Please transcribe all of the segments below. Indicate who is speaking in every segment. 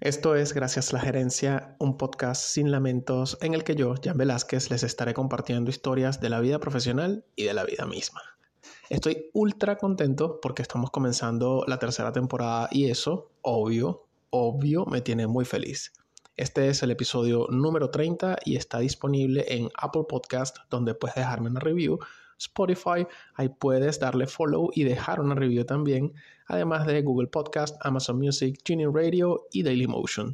Speaker 1: Esto es Gracias la Gerencia, un podcast sin lamentos en el que yo, Jan Velázquez, les estaré compartiendo historias de la vida profesional y de la vida misma. Estoy ultra contento porque estamos comenzando la tercera temporada y eso, obvio, me tiene muy feliz. Este es el episodio número 30 y está disponible en Apple Podcast, donde puedes dejarme una review, Spotify, ahí puedes darle follow y dejar una review también, además de Google Podcast, Amazon Music, TuneIn Radio y Dailymotion.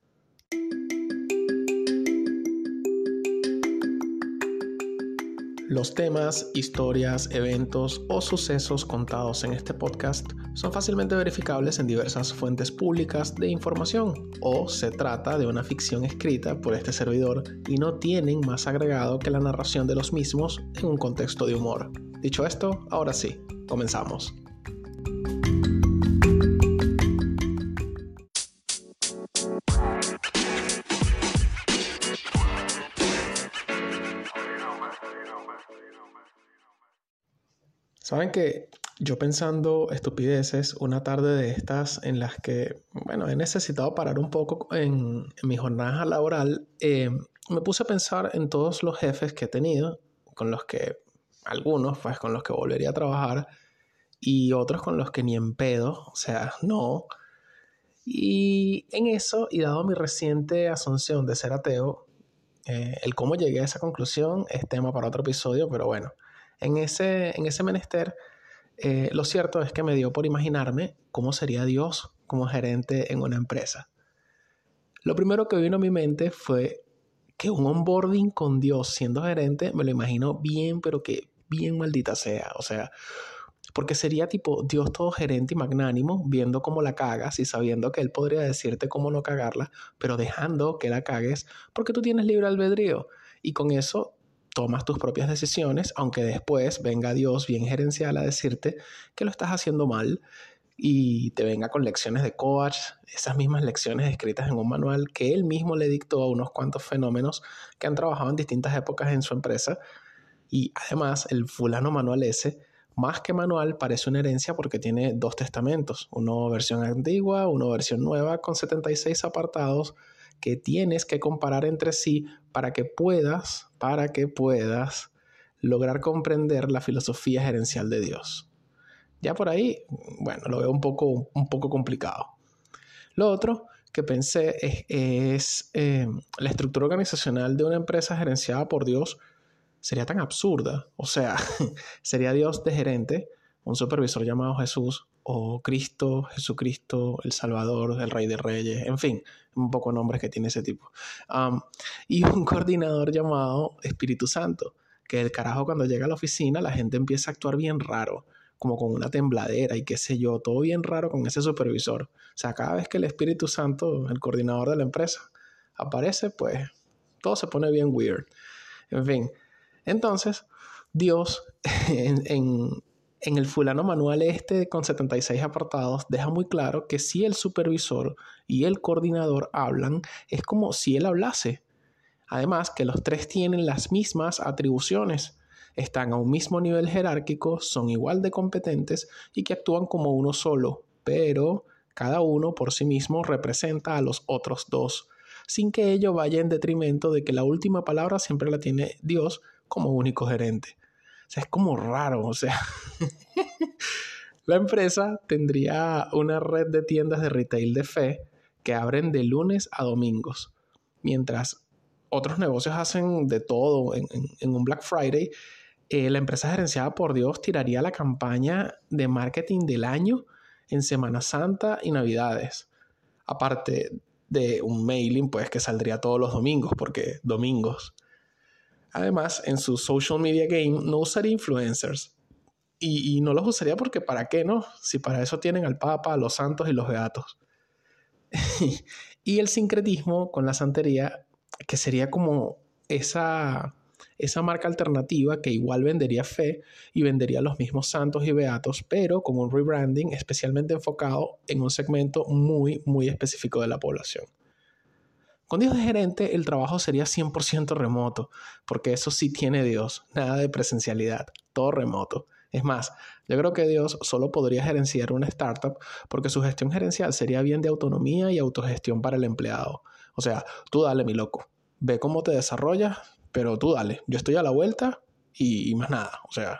Speaker 1: Los temas, historias, eventos o sucesos contados en este podcast son fácilmente verificables en diversas fuentes públicas de información o se trata de una ficción escrita por este servidor y no tienen más agregado que la narración de los mismos en un contexto de humor. Dicho esto, ahora sí, comenzamos. Saben que yo pensando estupideces una tarde de estas en las que, he necesitado parar un poco en mi jornada laboral, me puse a pensar en todos los jefes que he tenido, con los que, algunos, pues con los que volvería a trabajar y otros con los que ni en pedo, o sea, no. Y en eso, y dado mi reciente asunción de ser ateo, el cómo llegué a esa conclusión es tema para otro episodio, pero bueno. En ese menester, lo cierto es que me dio por imaginarme cómo sería Dios como gerente en una empresa. Lo primero que vino a mi mente fue que un onboarding con Dios siendo gerente me lo imagino bien, pero que bien maldita sea. O sea, porque sería tipo Dios todo gerente y magnánimo, viendo cómo la cagas y sabiendo que Él podría decirte cómo no cagarla, pero dejando que la cagues porque tú tienes libre albedrío. Y con eso tomas tus propias decisiones, aunque después venga Dios bien gerencial a decirte que lo estás haciendo mal y te venga con lecciones de coach, esas mismas lecciones escritas en un manual que él mismo le dictó a unos cuantos fenómenos que han trabajado en distintas épocas en su empresa. Y además el fulano manual ese, más que manual, parece una herencia porque tiene 2 testamentos, uno versión antigua, uno versión nueva, con 76 apartados que tienes que comparar entre sí para que puedas lograr comprender la filosofía gerencial de Dios. Ya por ahí, lo veo un poco complicado. Lo otro que pensé es la estructura organizacional de una empresa gerenciada por Dios sería tan absurda. O sea, sería Dios de gerente, un supervisor llamado Jesús, o Cristo, Jesucristo, el Salvador, el Rey de Reyes, en fin, un poco nombres que tiene ese tipo. Y un coordinador llamado Espíritu Santo, que el carajo cuando llega a la oficina la gente empieza a actuar bien raro, como con una tembladera y qué sé yo, todo bien raro con ese supervisor. O sea, cada vez que el Espíritu Santo, el coordinador de la empresa, aparece, pues todo se pone bien weird. En fin, entonces Dios en el fulano manual con 76 apartados deja muy claro que si el supervisor y el coordinador hablan, es como si él hablase. Además que los 3 tienen las mismas atribuciones, están a un mismo nivel jerárquico, son igual de competentes y que actúan como uno solo, pero cada uno por sí mismo representa a los otros 2, sin que ello vaya en detrimento de que la última palabra siempre la tiene Dios como único gerente. O sea, es como raro, o sea. La empresa tendría una red de tiendas de retail de fe que abren de lunes a domingos, mientras otros negocios hacen de todo en un Black Friday. La empresa gerenciada por Dios tiraría la campaña de marketing del año en Semana Santa y Navidades, aparte de un mailing pues que saldría todos los domingos, porque domingos. Además, en su social media game no usaría influencers. Y no los usaría porque ¿para qué no? Si para eso tienen al Papa, a los santos y los beatos. Y el sincretismo con la santería, que sería como esa marca alternativa que igual vendería fe y vendería los mismos santos y beatos, pero con un rebranding especialmente enfocado en un segmento muy, muy específico de la población. Con Dios de gerente, el trabajo sería 100% remoto, porque eso sí tiene Dios, nada de presencialidad, todo remoto. Es más, yo creo que Dios solo podría gerenciar una startup porque su gestión gerencial sería bien de autonomía y autogestión para el empleado. O sea, tú dale, mi loco, ve cómo te desarrollas, pero tú dale, yo estoy a la vuelta y más nada. O sea,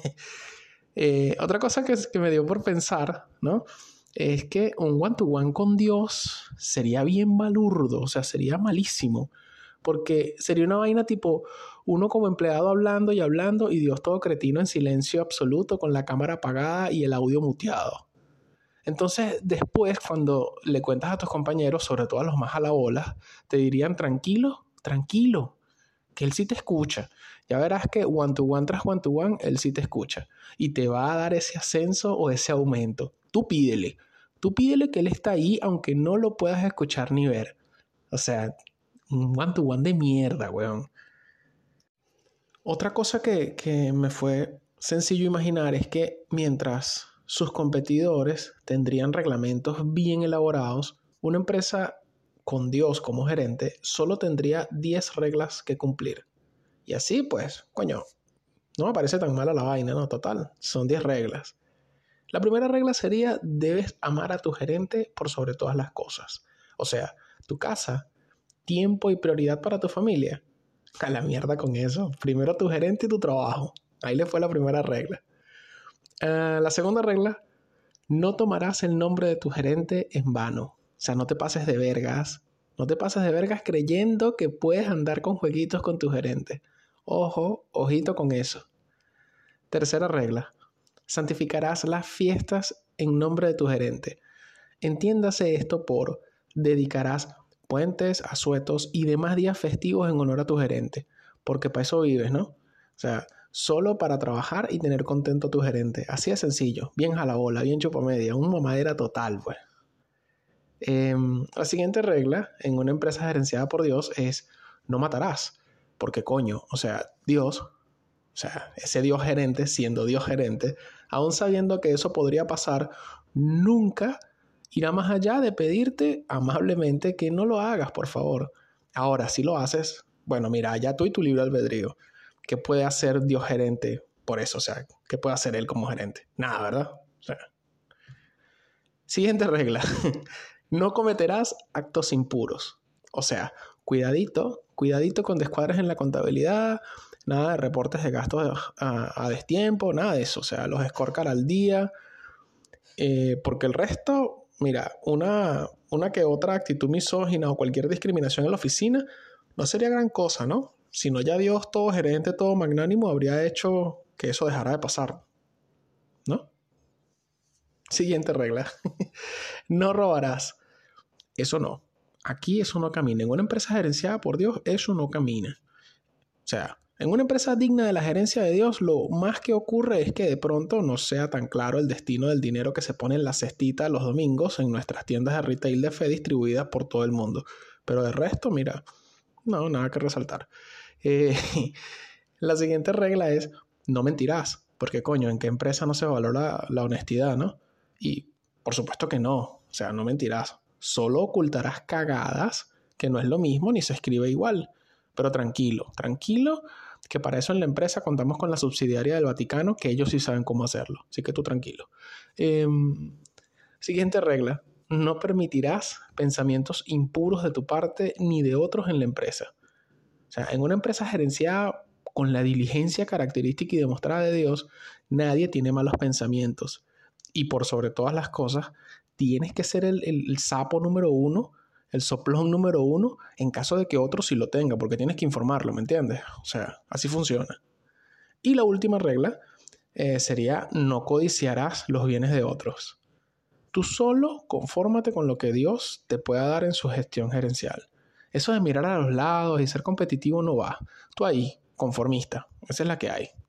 Speaker 1: otra cosa que me dio por pensar, ¿no? Es que un one-to-one con Dios sería bien balurdo, o sea, sería malísimo. Porque sería una vaina tipo uno como empleado hablando y Dios todo cretino en silencio absoluto con la cámara apagada y el audio muteado. Entonces después cuando le cuentas a tus compañeros, sobre todo a los más a la bola, te dirían tranquilo, tranquilo, que él sí te escucha. Ya verás que one to one tras one to one, él sí te escucha. Y te va a dar ese ascenso o ese aumento. Tú pídele que él está ahí aunque no lo puedas escuchar ni ver. O sea, un one to one de mierda, weón. Otra cosa que me fue sencillo imaginar es que mientras sus competidores tendrían reglamentos bien elaborados, una empresa con Dios como gerente solo tendría 10 reglas que cumplir. Y así, pues, coño, no me parece tan mala la vaina, ¿no? Total, son 10 reglas. La primera regla sería, debes amar a tu gerente por sobre todas las cosas. O sea, tu casa, tiempo y prioridad para tu familia. A la mierda con eso. Primero tu gerente y tu trabajo. Ahí le fue la primera regla. La segunda regla, no tomarás el nombre de tu gerente en vano. O sea, no te pases de vergas. No te pases de vergas creyendo que puedes andar con jueguitos con tu gerente. Ojo, ojito con eso. Tercera regla, santificarás las fiestas en nombre de tu gerente. Entiéndase esto por dedicarás puentes, asuetos y demás días festivos en honor a tu gerente, porque para eso vives, ¿no? O sea, solo para trabajar y tener contento a tu gerente. Así de sencillo, bien jalabola, bien chupamedia, un mamadera total, pues. La siguiente regla en una empresa gerenciada por Dios es no matarás, porque coño, o sea, Dios, o sea, ese Dios gerente, siendo Dios gerente, aún sabiendo que eso podría pasar, nunca irá más allá de pedirte amablemente que no lo hagas, por favor. Ahora, si lo haces, bueno, mira, ya tú y tu libre albedrío. ¿Qué puede hacer Dios gerente por eso? O sea, ¿qué puede hacer él como gerente? Nada, ¿verdad? O sea. Siguiente regla. No cometerás actos impuros. O sea, cuidadito, cuidadito con descuadres en la contabilidad, nada de reportes de gastos a destiempo, nada de eso. O sea, los scorecard al día. Porque el resto, mira, una que otra actitud misógina o cualquier discriminación en la oficina no sería gran cosa, ¿no? Sino ya Dios, todo gerente, todo magnánimo, habría hecho que eso dejara de pasar, ¿no? Siguiente regla. No robarás. Eso no. Aquí eso no camina. En una empresa gerenciada por Dios, eso no camina. O sea, en una empresa digna de la gerencia de Dios, lo más que ocurre es que de pronto no sea tan claro el destino del dinero que se pone en la cestita los domingos en nuestras tiendas de retail de fe distribuidas por todo el mundo. Pero de resto, mira, no, nada que resaltar. La siguiente regla es, no mentirás. Porque coño, ¿en qué empresa no se valora la honestidad, no? Y por supuesto que no. O sea, no mentirás. Solo ocultarás cagadas, que no es lo mismo ni se escribe igual. Pero tranquilo, tranquilo, que para eso en la empresa contamos con la subsidiaria del Vaticano, que ellos sí saben cómo hacerlo. Así que tú tranquilo. Siguiente regla. No permitirás pensamientos impuros de tu parte ni de otros en la empresa. O sea, en una empresa gerenciada con la diligencia característica y demostrada de Dios, nadie tiene malos pensamientos. Y por sobre todas las cosas, tienes que ser el sapo número uno, el soplón número uno, en caso de que otro sí lo tenga, porque tienes que informarlo, ¿me entiendes? O sea, así funciona. Y la última regla sería no codiciarás los bienes de otros. Tú solo confórmate con lo que Dios te pueda dar en su gestión gerencial. Eso de mirar a los lados y ser competitivo no va. Tú ahí, conformista. Esa es la que hay.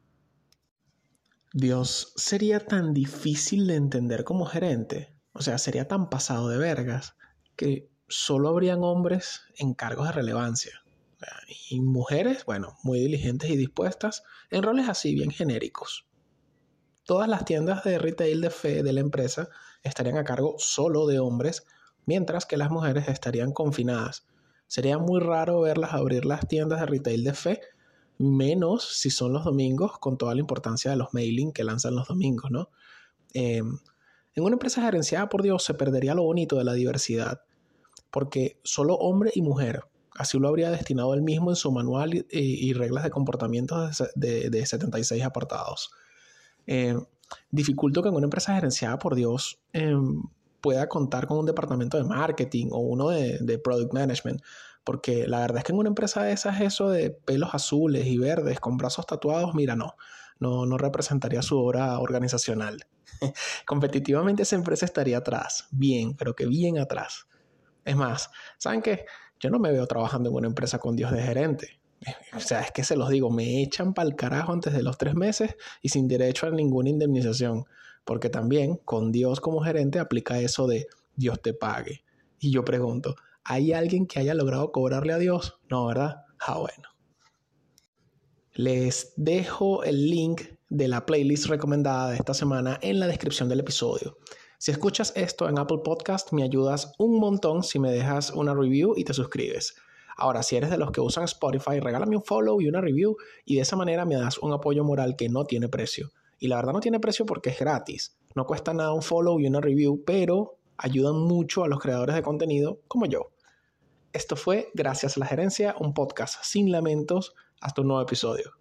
Speaker 1: Dios sería tan difícil de entender como gerente. O sea, sería tan pasado de vergas que solo habrían hombres en cargos de relevancia. O sea, y mujeres, bueno, muy diligentes y dispuestas en roles así bien genéricos. Todas las tiendas de retail de fe de la empresa estarían a cargo solo de hombres, mientras que las mujeres estarían confinadas. Sería muy raro verlas abrir las tiendas de retail de fe menos si son los domingos, con toda la importancia de los mailing que lanzan los domingos, ¿no? En una empresa gerenciada por Dios se perdería lo bonito de la diversidad, porque solo hombre y mujer, así lo habría destinado él mismo en su manual y reglas de comportamiento de 76 apartados. Dificulto que en una empresa gerenciada por Dios pueda contar con un departamento de marketing o uno de product management, porque la verdad es que en una empresa de esas eso de pelos azules y verdes con brazos tatuados, mira, no representaría su obra organizacional. Competitivamente esa empresa estaría atrás, bien, pero que bien atrás. Es más, ¿saben qué? Yo no me veo trabajando en una empresa con Dios de gerente. O sea, es que se los digo, me echan pa'l carajo antes de los 3 meses y sin derecho a ninguna indemnización. Porque también con Dios como gerente aplica eso de Dios te pague. Y yo pregunto, ¿hay alguien que haya logrado cobrarle a Dios? No, ¿verdad? Bueno. Les dejo el link de la playlist recomendada de esta semana en la descripción del episodio. Si escuchas esto en Apple Podcast, me ayudas un montón si me dejas una review y te suscribes. Ahora, si eres de los que usan Spotify, regálame un follow y una review y de esa manera me das un apoyo moral que no tiene precio. Y la verdad no tiene precio porque es gratis. No cuesta nada un follow y una review, pero ayudan mucho a los creadores de contenido como yo. Esto fue Gracias a la Gerencia, un podcast sin lamentos. Hasta un nuevo episodio.